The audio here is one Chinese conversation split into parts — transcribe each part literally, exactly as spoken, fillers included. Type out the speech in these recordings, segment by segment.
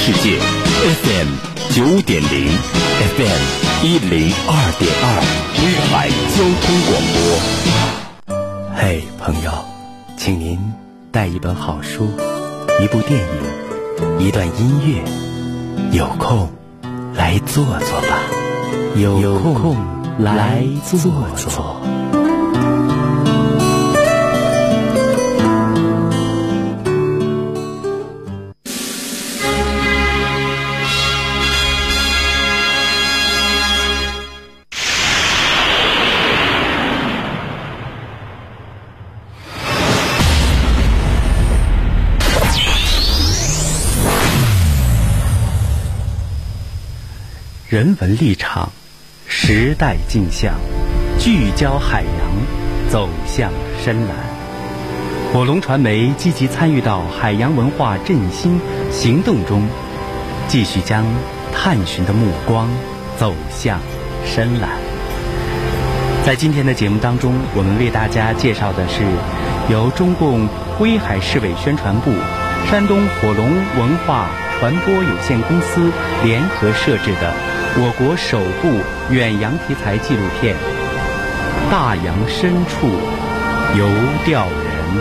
世界 F M 九点零 F M 一零二点二威海交通广播。嘿，朋友，请您带一本好书，一部电影，一段音乐，有空来坐坐吧，有空来坐坐。人文立场，时代镜像，聚焦海洋，走向深蓝。火龙传媒积极参与到海洋文化振兴行动中，继续将探寻的目光走向深蓝。在今天的节目当中，我们为大家介绍的是由中共威海市委宣传部、山东火龙文化传播有限公司联合摄制的我国首部远洋题材纪录片《大洋深处游钓人》。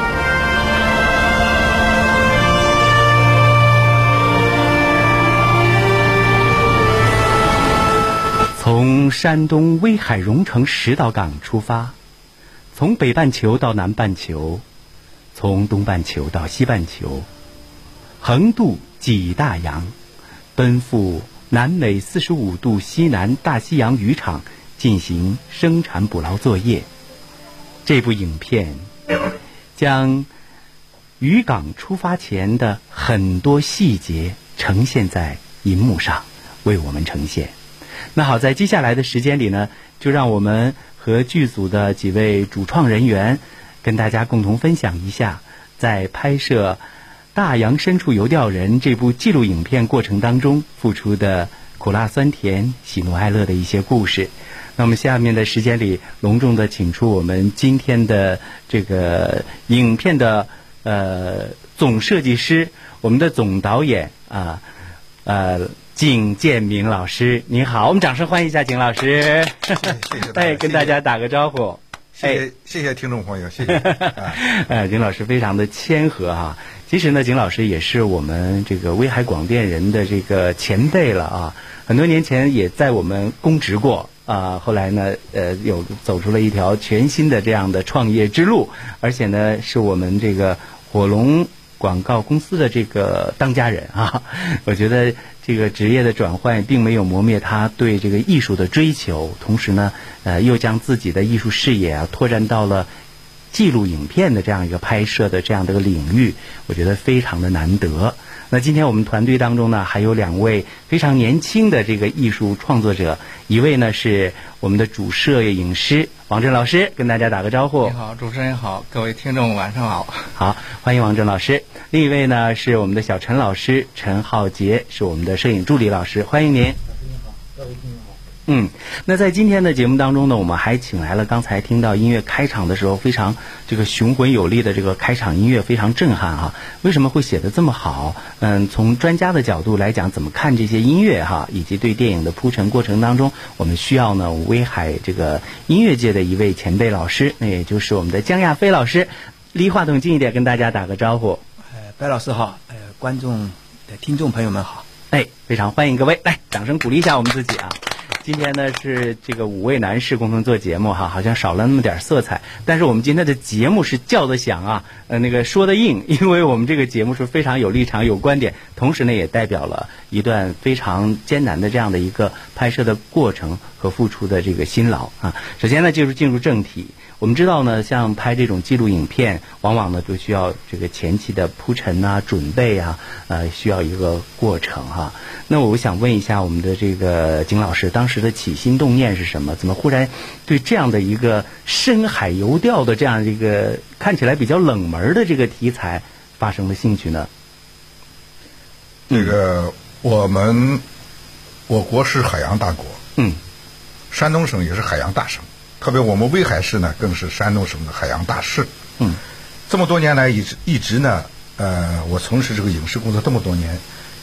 从山东威海荣成石岛港出发，从北半球到南半球，从东半球到西半球，横渡几大洋，奔赴南纬四十五度西南大西洋渔场进行生产捕捞作业。这部影片将渔港出发前的很多细节呈现在银幕上，为我们呈现。那好，在接下来的时间里呢，就让我们和剧组的几位主创人员跟大家共同分享一下在拍摄大洋深处游钓人这部纪录影片过程当中付出的苦辣酸甜、喜怒哀乐的一些故事。那么下面的时间里，隆重的请出我们今天的这个影片的呃总设计师，我们的总导演啊呃景建明老师。您好，我们掌声欢迎一下景老师。 谢谢大家， 哎，跟大家打个招呼。 谢谢、哎、谢谢听众朋友，谢谢。啊、 呃，景老师非常的谦和哈、啊。其实呢，景老师也是我们这个威海广电人的这个前辈了啊。很多年前也在我们公职过啊，后来呢，呃，有走出了一条全新的这样的创业之路，而且呢，是我们这个火龙广告公司的这个当家人啊。我觉得这个职业的转换并没有磨灭他对这个艺术的追求，同时呢，呃，又将自己的艺术视野啊拓展到了记录影片的这样一个拍摄的这样的一个领域，我觉得非常的难得。那今天我们团队当中呢，还有两位非常年轻的这个艺术创作者，一位呢是我们的主摄影师王震老师，跟大家打个招呼。 你好，主持人好，各位听众晚上好。 好，欢迎王震老师。另一位呢是我们的小陈老师，陈浩杰是我们的摄影助理老师，欢迎您。 各位听众好。 嗯，那在今天的节目当中呢，我们还请来了刚才听到音乐开场的时候非常这个雄浑有力的这个开场音乐，非常震撼啊！为什么会写得这么好？嗯，从专家的角度来讲，怎么看这些音乐哈，以及对电影的铺陈过程当中，我们需要呢威海这个音乐界的一位前辈老师，那也就是我们的江亚飞老师。离话筒近一点，跟大家打个招呼。 呃，白老师好，呃，观众的听众朋友们好。 哎，非常欢迎各位，来，掌声鼓励一下我们自己啊！今天呢是这个五位男士共同做节目哈，好像少了那么点色彩，但是我们今天的节目是叫得响啊，呃那个说得硬，因为我们这个节目是非常有立场、有观点，同时呢也代表了一段非常艰难的这样的一个拍摄的过程和付出的这个辛劳啊。首先呢就是进入正题。我们知道呢，像拍这种记录影片，往往呢就需要这个前期的铺陈啊、准备啊，呃，需要一个过程哈、啊。那我想问一下我们的这个景老师，当时的起心动念是什么？怎么忽然对这样的一个深海游钓的这样一个看起来比较冷门的这个题材发生了兴趣呢？ 这个我们我国是海洋大国， 嗯， 山东省也是海洋大省。特别我们威海市呢，更是山东省的海洋大市。 嗯， 这么多年来一直一直呢，呃，我从事这个影视工作这么多年，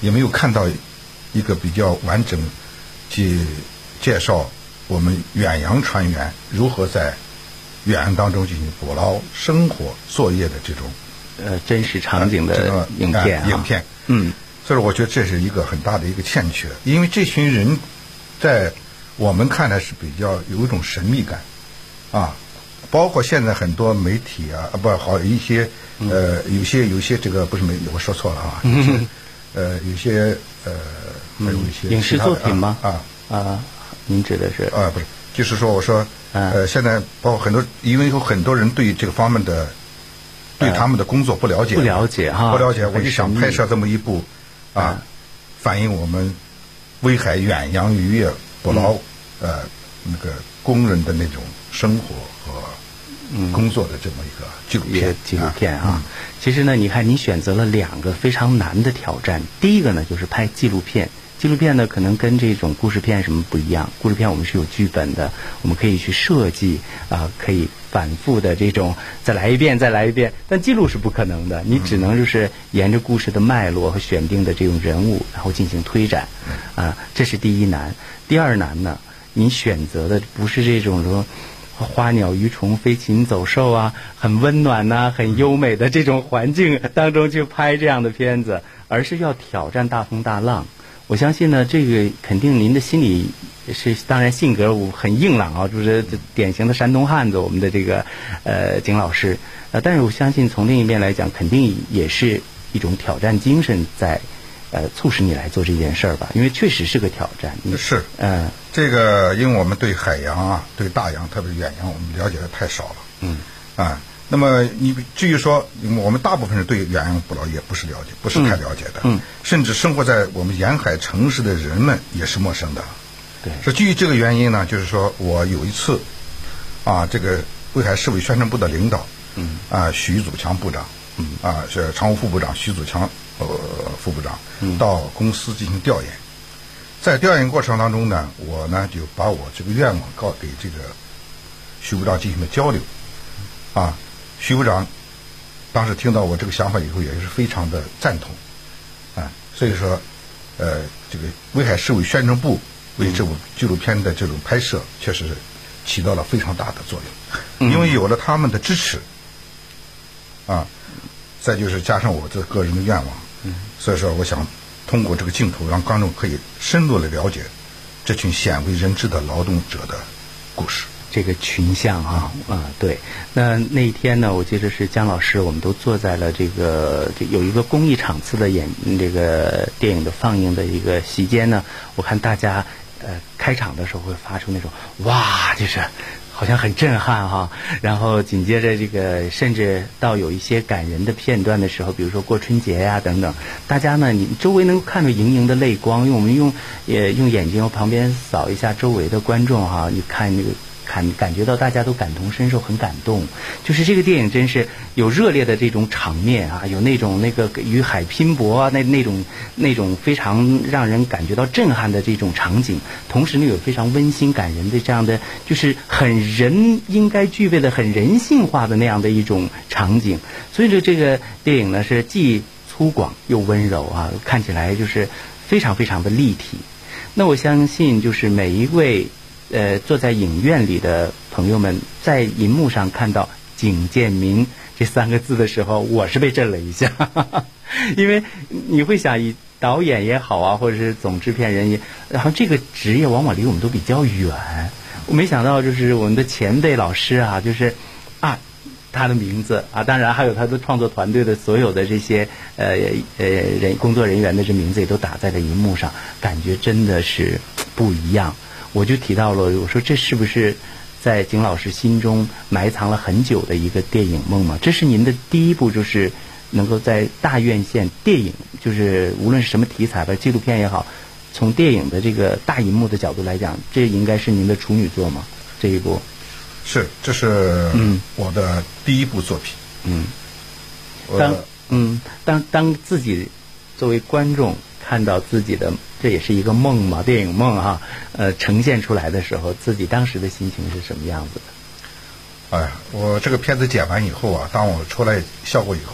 也没有看到一个比较完整去介绍我们远洋船员如何在远洋当中进行捕捞、生活、作业的这种呃真实场景的影片、 呃、影片。 嗯， 所以我觉得这是一个很大的一个欠缺，因为这群人在我们看来是比较有一种神秘感啊，包括现在很多媒体啊，不好一些呃有些有些这个不是媒体，我说错了啊，有些呃有些呃还有一些影视作品吗？ 啊啊，您指的是啊不是，就是说我说呃现在包括很多，因为有很多人对这个方面的对他们的工作不了解， 不了解哈， 不了解，我就想拍摄这么一部啊，反映我们威海远洋渔业捕捞呃那个工人的那种生活和工作的这么一个纪录片。 纪录片啊，其实呢，你看你选择了两个非常难的挑战。第一个呢，就是拍纪录片。纪录片呢，可能跟这种故事片什么不一样。故事片我们是有剧本的，我们可以去设计啊、呃，可以反复的这种再来一遍，再来一遍。但记录是不可能的，你只能就是沿着故事的脉络和选定的这种人物，然后进行推展。啊、呃，这是第一难。第二难呢，你选择的不是这种说花鸟鱼虫、飞禽走兽啊，很温暖呐、啊、很优美的这种环境当中去拍这样的片子，而是要挑战大风大浪。我相信呢，这个肯定您的心里是，当然性格很硬朗啊，就是典型的山东汉子，我们的这个呃景老师，呃，但是我相信从另一边来讲，肯定也是一种挑战精神在呃促使你来做这件事儿吧，因为确实是个挑战。 是，嗯、呃，这个因为我们对海洋啊，对大洋，特别是远洋，我们了解的太少了，嗯，啊。那么你至于说我们大部分人对远洋捕捞也不是了解，不是太了解的，嗯，甚至生活在我们沿海城市的人们也是陌生的。 对， 是基于这个原因呢，就是说我有一次啊，这个威海市委宣传部的领导，嗯，啊徐祖强部长，嗯，啊是常务副部长徐祖强呃副部长，嗯，到公司进行调研，在调研过程当中呢，我呢就把我这个愿望告给这个徐部长进行了交流，啊。徐部长当时听到我这个想法以后，也是非常的赞同，啊，所以说，呃，这个威海市委宣传部为这部纪录片的这种拍摄，确实起到了非常大的作用，因为有了他们的支持，啊，再就是加上我这个人的愿望，所以说我想通过这个镜头，让观众可以深入的了解这群鲜为人知的劳动者的故事。 这个群像啊啊，对，那那一天呢，我记得是姜老师，我们都坐在了这个这有一个公益场次的演这个电影的放映的一个席间呢，我看大家呃开场的时候会发出那种哇，就是好像很震撼哈，然后紧接着这个甚至到有一些感人的片段的时候，比如说过春节呀、啊、等等，大家呢你周围能看到盈盈的泪光，因为我们用也用眼睛旁边扫一下周围的观众哈，你看那个。感感觉到大家都感同身受，很感动。就是这个电影真是有热烈的这种场面啊，有那种那个与海拼搏啊，那那种那种非常让人感觉到震撼的这种场景，同时呢有非常温馨感人的这样的，就是很人应该具备的很人性化的那样的一种场景。所以说这个电影呢是既粗犷又温柔啊，看起来就是非常非常的立体。那我相信就是每一位呃，坐在影院里的朋友们，在银幕上看到景建民这三个字的时候，我是被震了一下，哈哈，因为你会想，以导演也好啊，或者是总制片人也，然后这个职业往往离我们都比较远。我没想到，就是我们的前辈老师啊，就是啊，他的名字啊，当然还有他的创作团队的所有的这些呃呃人工作人员的这名字也都打在了银幕上，感觉真的是不一样。我就提到了，我说这是不是在景老师心中埋藏了很久的一个电影梦嘛？这是您的第一部，就是能够在大院线电影，就是无论是什么题材吧，纪录片也好，从电影的这个大银幕的角度来讲，这应该是您的处女作嘛？这一部是，这是嗯我的第一部作品。 嗯，当嗯当当自己作为观众看到自己的。这也是一个梦嘛，电影梦哈、啊，呃，呈现出来的时候，自己当时的心情是什么样子的？ 哎，我这个片子剪完以后啊，当我出来效果以后呢，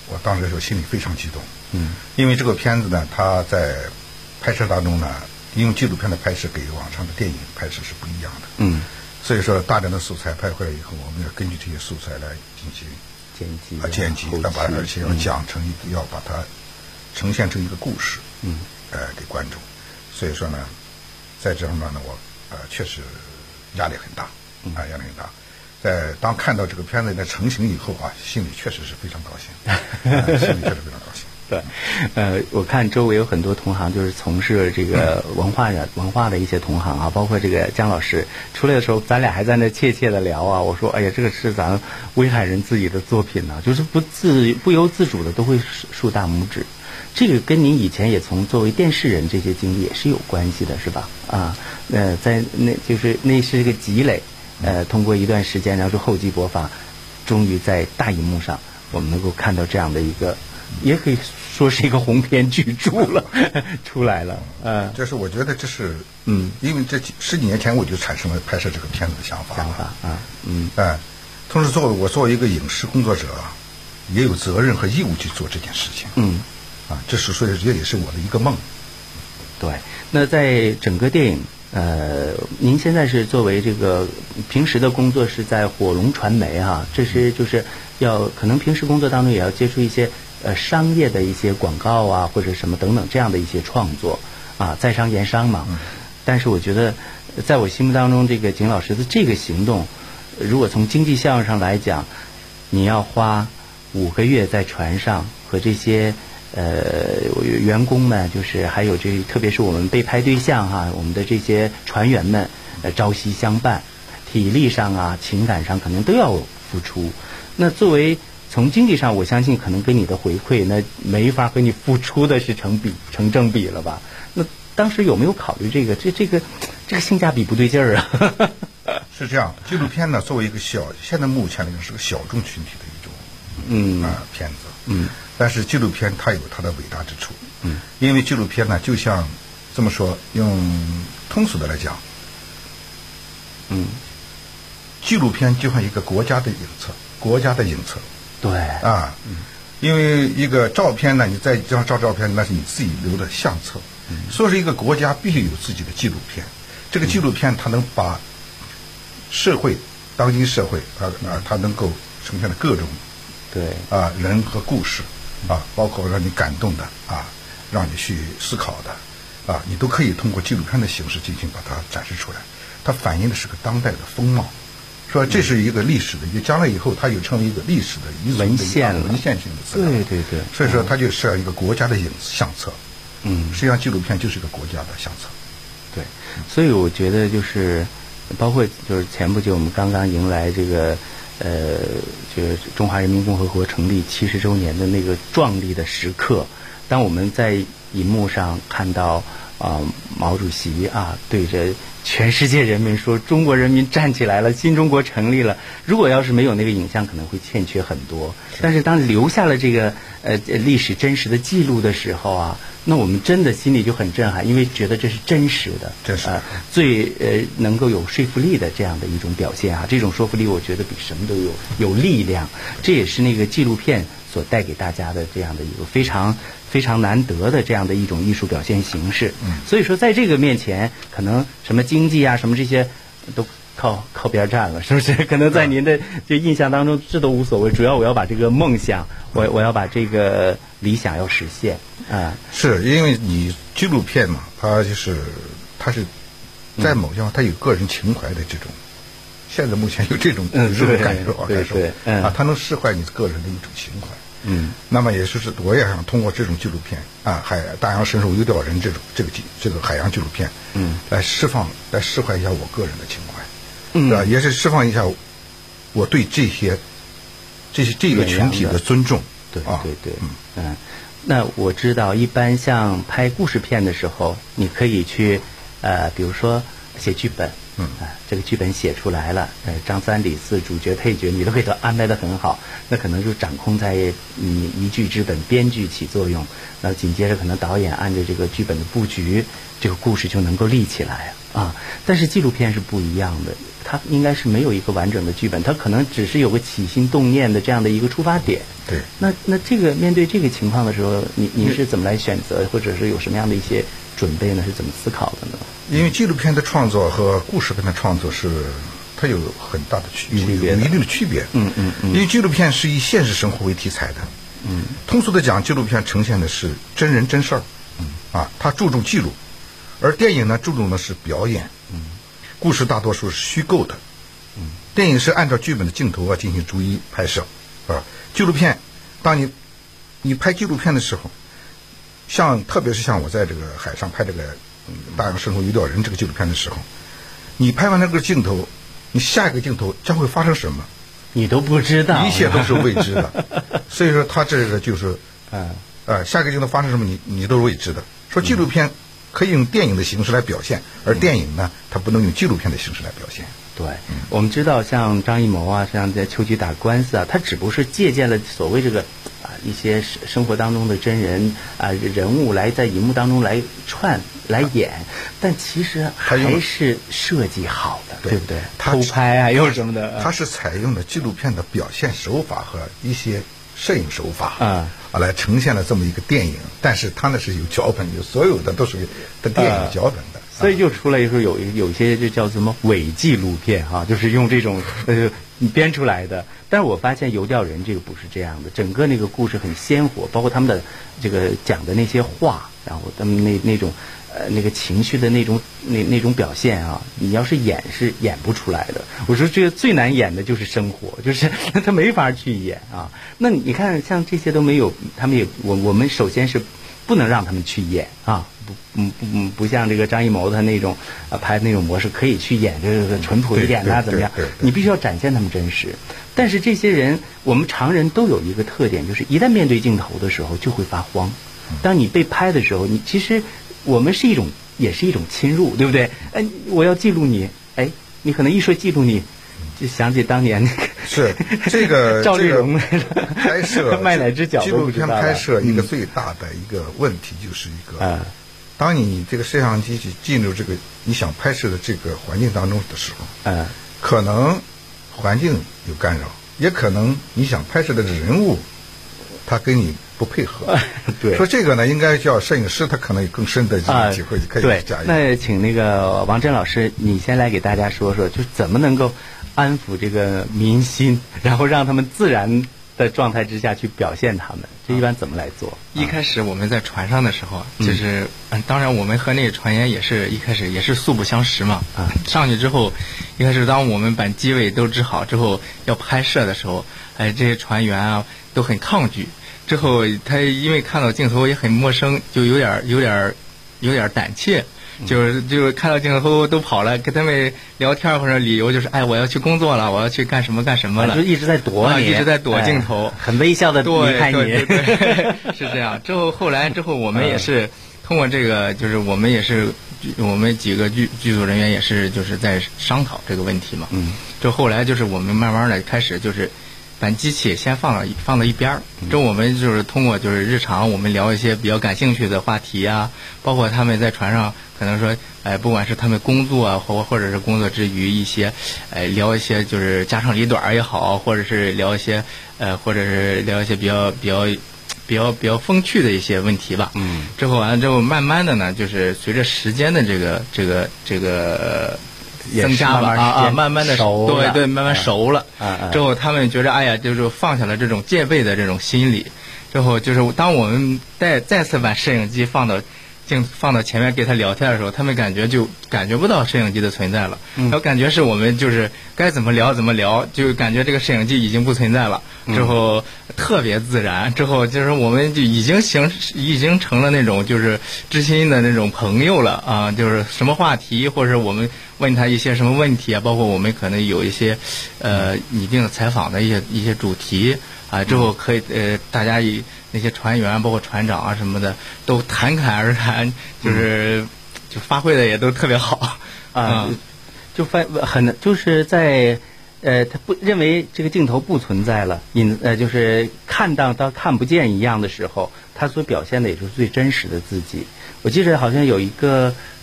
我当时的时候心里非常激动， 嗯， 因为这个片子呢，它在拍摄当中呢，因为纪录片的拍摄给网上的电影拍摄是不一样的， 嗯， 所以说大量的素材拍回来以后，我们要根据这些素材来进行剪辑啊剪辑，要把而且要讲成一个、嗯、要把它呈现成一个故事， 嗯， 呃，给观众，所以说呢，在这方面呢，我呃确实压力很大，啊、呃，压力很大。在当看到这个片子的成型以后啊，心里确实是非常高兴，呃、心里确实非常高兴。 对，呃，我看周围有很多同行，就是从事这个文化的、嗯、文化的一些同行啊，包括这个姜老师出来的时候，咱俩还在那切切的聊啊。我说，哎呀，这个是咱威海人自己的作品呢、啊，就是不自不由自主的都会竖大拇指。这个跟您以前也从作为电视人这些经历也是有关系的，是吧？啊，呃，在那就是那是一个积累。呃，通过一段时间，然后就厚积薄发，终于在大荧幕上，我们能够看到这样的一个，也可以说是一个鸿篇巨著了，出来了。呃， 就是我觉得这是， 嗯， 因为这十几年前我就产生了拍摄这个片子的想法。 想法啊，嗯， 哎、呃，同时作为我作为一个影视工作者，也有责任和义务去做这件事情。 嗯， 啊，这是所以这也是我的一个梦。 对，那在整个电影。呃，您现在是作为这个平时的工作是在火龙传媒啊，这是就是要可能平时工作当中也要接触一些呃商业的一些广告啊或者什么等等这样的一些创作啊，在商言商嘛。嗯、但是我觉得，在我心目当中，这个景老师的这个行动，如果从经济效益上来讲，你要花五个月在船上和这些。呃，员工们就是还有这，特别是我们被拍对象哈，我们的这些船员们，呃，朝夕相伴，体力上啊、情感上可能都要付出。那作为从经济上，我相信可能给你的回馈，那没法和你付出的是成比成正比了吧？那当时有没有考虑这个？这这个这个性价比不对劲儿啊？ 是这样，纪录片呢，作为一个小，现在目前来讲是个小众群体的一种嗯啊、呃、片子， 嗯。 但是纪录片它有它的伟大之处， 嗯， 因为纪录片呢，就像这么说，用通俗的来讲， 嗯， 纪录片就像一个国家的影册，国家的影册， 对， 啊，嗯，因为一个照片呢，你在这张照照片，那是你自己留的相册，嗯，所以说一个国家必须有自己的纪录片，这个纪录片它能把社会当今社会啊啊，它能够呈现的各种。 对啊，人和故事啊，包括让你感动的啊，让你去思考的啊，你都可以通过纪录片的形式进行把它展示出来。它反映的是个当代的风貌，说这是一个历史的，也将来以后它就成为一个历史的一文献了， 文献性的资料。 对对对， 所以说它就是要一个国家的影相册。 嗯， 实际上纪录片就是一个国家的相册。 对，所以我觉得就是包括就是前不久我们刚刚迎来这个。呃，就是中华人民共和国成立七十周年的那个壮丽的时刻，当我们在荧幕上看到啊、呃、毛主席啊对着全世界人民说中国人民站起来了，新中国成立了。如果要是没有那个影像，可能会欠缺很多。但是当留下了这个呃历史真实的记录的时候啊，那我们真的心里就很震撼，因为觉得这是真实的， 真实的、 呃、最呃能够有说服力的这样的一种表现啊。这种说服力，我觉得比什么都有有力量。这也是那个纪录片所带给大家的这样的一个非常非常难得的这样的一种艺术表现形式。 嗯， 所以说在这个面前，可能什么经济啊，什么这些都靠靠边站了，是不是？可能在您的这印象当中，这都无所谓。主要我要把这个梦想，我我要把这个理想要实现啊。 是因为你纪录片嘛，它就是它是在某地方它有个人情怀的这种。现在目前有这种嗯这种感受啊， 对对嗯啊，它能释怀你个人的一种情怀。 嗯， 那么也就是我也想通过这种纪录片啊，海大洋神兽游钓人这种这个纪这个海洋纪录片， 嗯， 来释放来释怀一下我个人的情怀， 嗯， 对吧？也是释放一下我对这些这些这个群体的尊重。 对啊， 对对， 嗯嗯。那我知道，一般像拍故事片的时候，你可以去呃，比如说写剧本。 嗯啊，这个剧本写出来了，呃，张三李四主角配角你都给他安排得很好，那可能就掌控在你一剧之本，编剧起作用，那紧接着可能导演按照这个剧本的布局，这个故事就能够立起来啊。但是纪录片是不一样的， 它应该是没有一个完整的剧本，它可能只是有个起心动念的这样的一个出发点。 对。 那那这个面对这个情况的时候，你你是怎么来选择，或者是有什么样的一些准备呢？是怎么思考的呢？ 因为纪录片的创作和故事片的创作是它有很大的区有有一定的区别。 嗯嗯嗯。 因为纪录片是以现实生活为题材的。嗯。通俗的讲，纪录片呈现的是真人真事儿。嗯。啊，它注重记录，而电影呢注重的是表演。嗯。故事大多数是虚构的。嗯。电影是按照剧本的镜头啊进行逐一拍摄。啊，纪录片，当你你拍纪录片的时候，像特别是像我在这个海上拍这个嗯《大洋生活鱼钓人》这个纪录片的时候，你拍完那个镜头，你下一个镜头将会发生什么， 你都不知道， 一切都是未知的。所以说，他这个就是，嗯，呃，下一个镜头发生什么，你你都是未知的。说纪录片可以用电影的形式来表现，而电影呢，它不能用纪录片的形式来表现。 对，我们知道像张艺谋啊，像在秋菊打官司啊，他只不过是借鉴了所谓这个啊一些生活当中的真人啊人物来在荧幕当中来串来演，但其实还是设计好的，对不对？偷拍啊又什么的， 他是采用了纪录片的表现手法和一些摄影手法啊啊来呈现了这么一个电影，但是他那是有脚本，有所有的都是的电影脚本的。 所以就出来说有有一些就叫什么伪纪录片哈、啊，就是用这种呃编出来的。但是我发现《游钓人》这个不是这样的，整个那个故事很鲜活，包括他们的这个讲的那些话，然后他们那那种呃那个情绪的那种那那种表现啊，你要是演是演不出来的。我说这个最难演的就是生活，就是他没法去演啊。那你看像这些都没有，他们也我我们首先是不能让他们去演啊。不，嗯，不，嗯，不像这个张艺谋他那种啊拍那种模式，可以去演这个淳朴一点呐、啊，怎么样？你必须要展现他们真实。但是这些人，我们常人都有一个特点，就是一旦面对镜头的时候就会发慌。当你被拍的时候，你其实我们是一种，也是一种侵入，对不对？哎，我要记录你，哎，你可能一说记录你，就想起当年那个是这个赵丽蓉拍摄卖哪只脚纪录片拍摄一个最大的一个问题就是一个。嗯当你这个摄像机去进入这个你想拍摄的这个环境当中的时候，嗯，可能环境有干扰，也可能你想拍摄的人物，他跟你不配合。对，说这个呢，应该叫摄影师，他可能有更深的这个体会，可以加以。那请那个王真老师，你先来给大家说说，就怎么能够安抚这个民心，然后让他们自然的状态之下去表现他们，这一般怎么来做？ 一开始我们在船上的时候，就是嗯，当然我们和那个船员也是一开始也是素不相识嘛。啊，上去之后，一开始当我们把机位都支好之后，要拍摄的时候，哎，这些船员啊都很抗拒。之后他因为看到镜头也很陌生，就有点有点有点胆怯。就是就是看到镜头都跑了，跟他们聊天或者理由就是哎我要去工作了，我要去干什么干什么了， 就一直在躲你， 啊、一直在躲镜头， 哎、很微笑的离开你。 对对对对是这样。之后后来之后我们也是通过这个，就是我们也是我们几个剧剧组人员也是就是在商讨这个问题嘛。嗯。之后后来就是我们慢慢的开始就是把机器先放到放到一边儿，之后我们就是通过就是日常我们聊一些比较感兴趣的话题啊，包括他们在船上可能说，哎，不管是他们工作啊，或或者是工作之余一些，哎，聊一些就是家长里短也好，或者是聊一些呃，或者是聊一些比较比较比较比较风趣的一些问题吧。嗯。之后完了之后，慢慢的呢，就是随着时间的这个这个这个。增加吧啊啊，慢慢的熟， 对对，慢慢熟了。嗯、之后他们觉得，哎呀，就是放下了这种戒备的这种心理。之后就是当我们再再次把摄影机放到镜放到前面给他聊天的时候，他们感觉就感觉不到摄影机的存在了。嗯，然后感觉是我们就是该怎么聊怎么聊，就感觉这个摄影机已经不存在了。之后特别自然，之后就是我们就已经形已经成了那种就是知心的那种朋友了啊，就是什么话题或者我们问他一些什么问题啊，包括我们可能有一些呃拟定的采访的一些一些主题啊，之后可以呃大家以那些船员包括船长啊什么的都侃侃而谈，就是就发挥的也都特别好啊， 就发很就是在。呃，他不认为这个镜头不存在了，隐呃就是看到到看不见一样的时候，他所表现的也就是最真实的自己。我记得好像有一个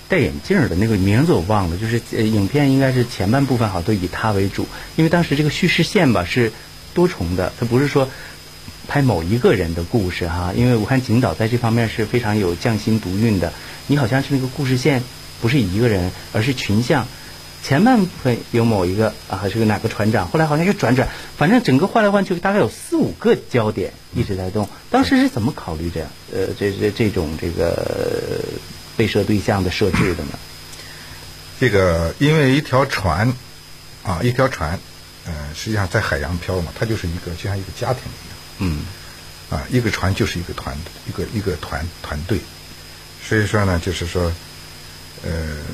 戴眼镜的那个名字我忘了，就是呃影片应该是前半部分好像都以他为主，因为当时这个叙事线吧是多重的，它不是说拍某一个人的故事哈，因为我看景导在这方面是非常有匠心独运的。你好像是那个故事线不是一个人，而是群像。前半部分有某一个啊，是个哪个船长，后来好像又转转，反正整个换来换去，大概有四五个焦点一直在动。当时是怎么考虑这样呃这这这种这个被摄对象的设置的呢？ 这个因为一条船啊，一条船，呃，实际上在海洋漂嘛，它就是一个就像一个家庭一样。 嗯。 啊，一个船就是一个团，一个一个团团队。所以说呢，就是说，呃。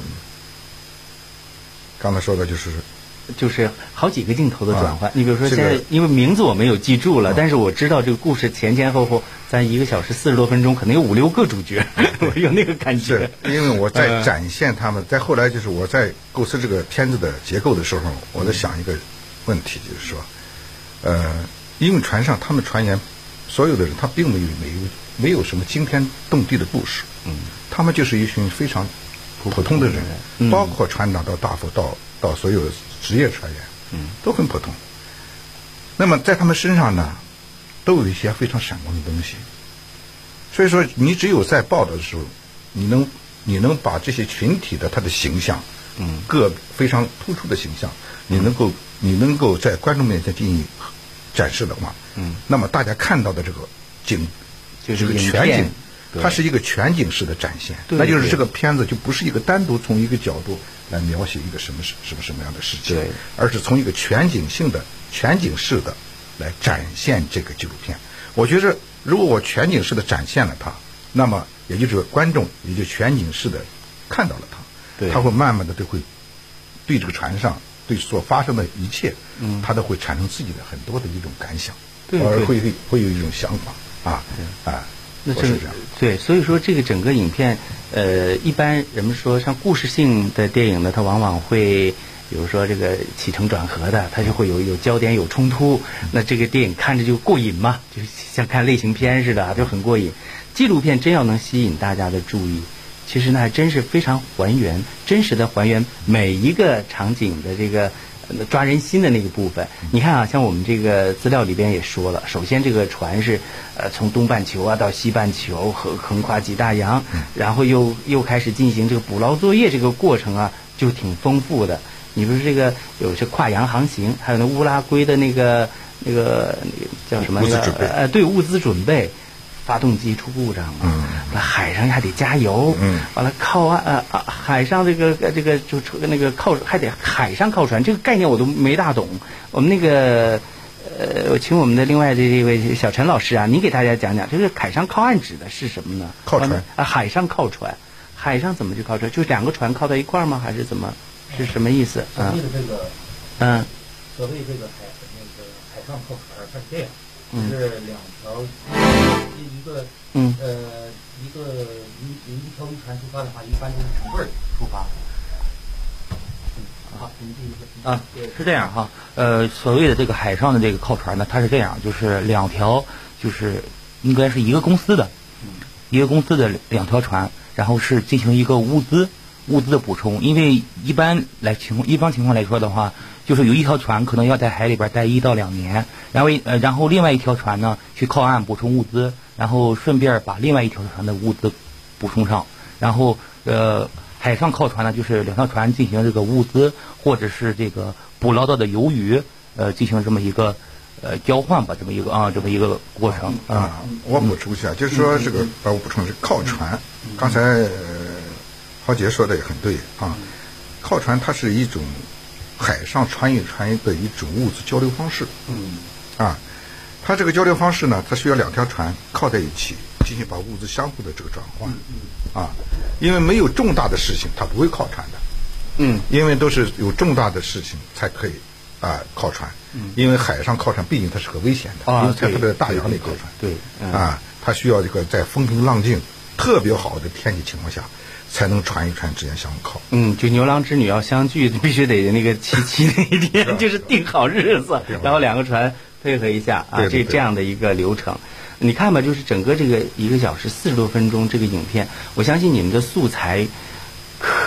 刚才说的就是就是好几个镜头的转换、啊、你比如说现在、这个、因为名字我没有记住了、啊、但是我知道这个故事前前后后咱一个小时四十多分钟可能有五六个主角我有那个感觉。 是因为我在展现他们、呃、在后来就是我在构思这个片子的结构的时候，我在想一个问题，就是说呃，因为船上他们船员所有的人他并没有没有没有什么惊天动地的故事，嗯，他们就是一群非常普通的人，嗯、包括船长到大副到到所有职业船员，嗯，都很普通。那么在他们身上呢，都有一些非常闪光的东西。所以说，你只有在报道的时候，你能你能把这些群体的他的形象，嗯，各非常突出的形象，你能够你能够在观众面前进行展示的话，嗯，那么大家看到的这个景， 就是这个全景。它是一个全景式的展现，那就是这个片子就不是一个单独从一个角度来描写一个什么什什么什么样的事情，而是从一个全景性的全景式的来展现这个纪录片。我觉得如果我全景式的展现了它，那么也就是观众也就全景式的看到了它，他会慢慢的都会对这个船上对所发生的一切，嗯，他都会产生自己的很多的一种感想，对，而会会有一种想法啊啊。 那这个对，所以说这个整个影片，呃，一般人们说像故事性的电影呢，它往往会，比如说这个起承转合的，它就会有有焦点有冲突，那这个电影看着就过瘾嘛，就像看类型片似的，就很过瘾。纪录片真要能吸引大家的注意，其实呢还真是非常还原，真实的还原每一个场景的这个。抓人心的那个部分，你看啊，像我们这个资料里边也说了，首先这个船是呃从东半球啊到西半球，横横跨几大洋，然后又又开始进行这个捕捞作业，这个过程啊就挺丰富的。你不是这个有些跨洋航行，还有那乌拉圭的那个那个那个叫什么？ 物资准备。 呃，对，物资准备。发动机出故障了，嗯，那海上还得加油，嗯，完了靠岸呃啊，海上这个这个就那个靠还得海上靠船，这个概念我都没大懂。我们那个呃，我请我们的另外的这位小陈老师啊，您给大家讲讲，这个海上靠岸指的是什么呢？ 靠船啊，海上靠船，海上怎么就靠船？就两个船靠在一块儿吗？还是怎么？是什么意思？ 所谓的这个， 嗯， 所谓这个海那个海上靠船，它是这样，是两条。一个嗯呃一个一一条渔船出发的话，一般都是成对儿出发。嗯，好，您继续。 啊，是这样哈。呃，所谓的这个海上的这个靠船呢，它是这样，就是两条，就是应该是一个公司的，嗯，一个公司的两条船，然后是进行一个物资物资的补充。因为一般来情况一般情况来说的话，就是有一条船可能要在海里边待一到两年，然后呃然后另外一条船呢去靠岸补充物资。然后顺便把另外一条船的物资补充上，然后呃海上靠船呢，就是两条船进行这个物资或者是这个捕捞到的鱿鱼，呃进行这么一个呃交换吧，这么一个啊这么一个过程啊。 啊我补充一下，就是说这个呃我补充是靠船，刚才呃郝杰说的也很对啊，靠船它是一种海上船与船的一种物资交流方式，嗯啊。它这个交流方式呢，它需要两条船靠在一起，进行把物资相互的这个转换，啊，因为没有重大的事情，它不会靠船的，嗯，因为都是有重大的事情才可以啊靠船，嗯，因为海上靠船毕竟它是个危险的，啊，因为它特别在大洋里靠船， 对， 嗯、啊，它需要这个在风平浪静、特别好的天气情况下，才能船与船之间相靠。 嗯，就牛郎织女要相聚，必须得那个七七那一天，就是定好日子，然后两个船。配合一下啊，这这样的一个流程，你看吧，就是整个这个一个小时四十多分钟这个影片，我相信你们的素材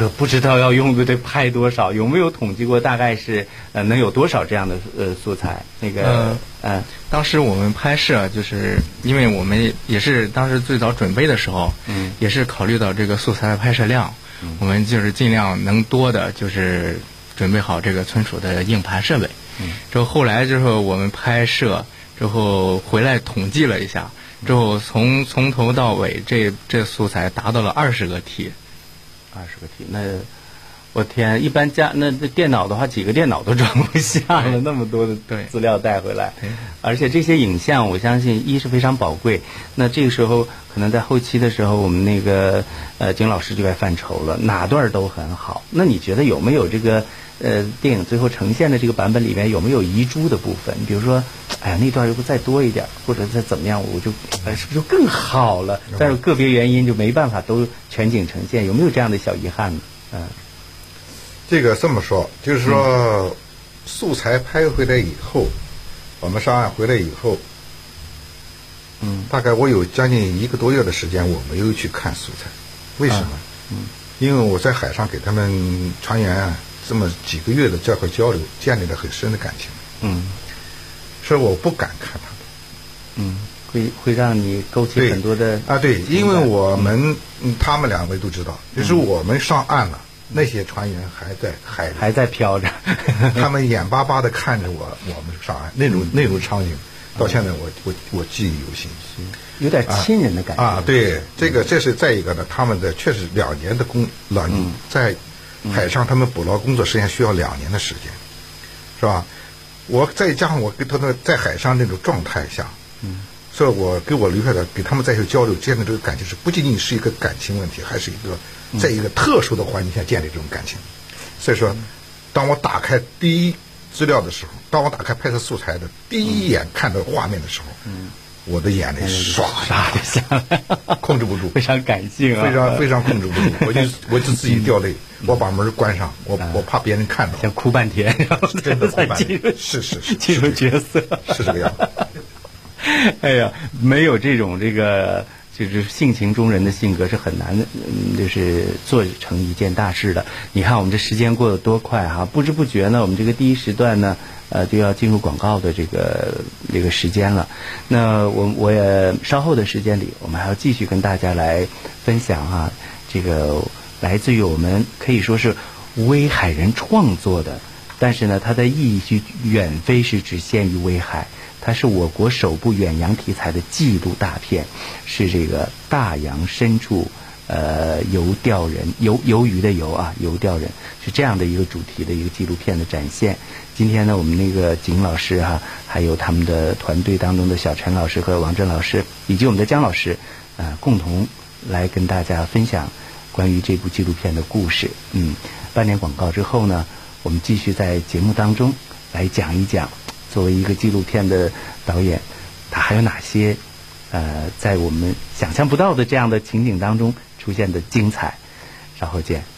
可不知道要用的得拍多少，有没有统计过大概是呃能有多少这样的呃素材？那个嗯、呃， 当时我们拍摄就是因为我们也是当时最早准备的时候，嗯，也是考虑到这个素材的拍摄量，嗯，我们就是尽量能多的，就是准备好这个村署的硬盘设备。嗯，之后后来之后我们拍摄之后回来统计了一下，之后从从头到尾这这素材达到了二十个 T。 二十个 T， 那我天，一般家那电脑的话，几个电脑都装不下了，那么多的资料带回来，而且这些影像，我相信一是非常宝贵。那这个时候，可能在后期的时候，我们那个呃景老师就该犯愁了，哪段都很好。那你觉得有没有这个呃电影最后呈现的这个版本里面有没有遗珠的部分？比如说，哎呀那段如果再多一点，或者再怎么样，我就哎是不是就更好了？但是个别原因就没办法都全景呈现，有没有这样的小遗憾呢？嗯。 这个这么说，就是说，嗯、素材拍回来以后，我们上岸回来以后，嗯，大概我有将近一个多月的时间，我没有去看素材，为什么？嗯，因为我在海上给他们船员啊这么几个月的这块交流，建立了很深的感情，嗯，所以我不敢看他们， 嗯，会会让你勾起很多的啊，对，因为我们、嗯、他们两位都知道，就是我们上岸了。那些船员还在海里， 还在飘着， 他们眼巴巴地看着我，我们上岸那种、嗯、那种场景，到现在我我我记忆犹新， 有点亲人的感觉啊。啊对，这个这是再一个呢，他们的确实两年的工两年、嗯、在海上，他们捕捞工作时间需要两年的时间，是吧？我再加上我跟他们在海上那种状态下，嗯，所以我给我留下的给他们在一起交流建立这个感情，是不仅仅是一个感情问题，还是一个。在一个特殊的环境下建立这种感情，所以说，当我打开第一资料的时候，当我打开拍摄素材的第一眼看到画面的时候，嗯，我的眼泪唰唰的下来， 控制不住， 非常感性啊， 非常非常控制不住，我就我就自己掉泪，我把门关上，我我怕别人看到， 先哭半天，然后真的哭半天，是是是， 进入角色， 是这个样子。 哎呀，没有这种这个。就是性情中人的性格是很难，嗯，就是做成一件大事的。你看我们这时间过得多快哈，不知不觉呢，我们这个第一时段呢，呃，就要进入广告的这个这个时间了。那我我也稍后的时间里，我们还要继续跟大家来分享哈，这个来自于我们可以说是威海人创作的，但是呢，它的意义就远非是只限于威海。它是我国首部远洋题材的纪录大片，是这个大洋深处呃游钓人游游鱼的游啊游钓人是这样的一个主题的一个纪录片的展现。今天呢，我们那个景老师哈、啊，还有他们的团队当中的小陈老师和王震老师，以及我们的姜老师，呃，共同来跟大家分享关于这部纪录片的故事。嗯，半年广告之后呢，我们继续在节目当中来讲一讲。作为一个纪录片的导演，他还有哪些呃在我们想象不到的这样的情景当中出现的精彩？稍后见。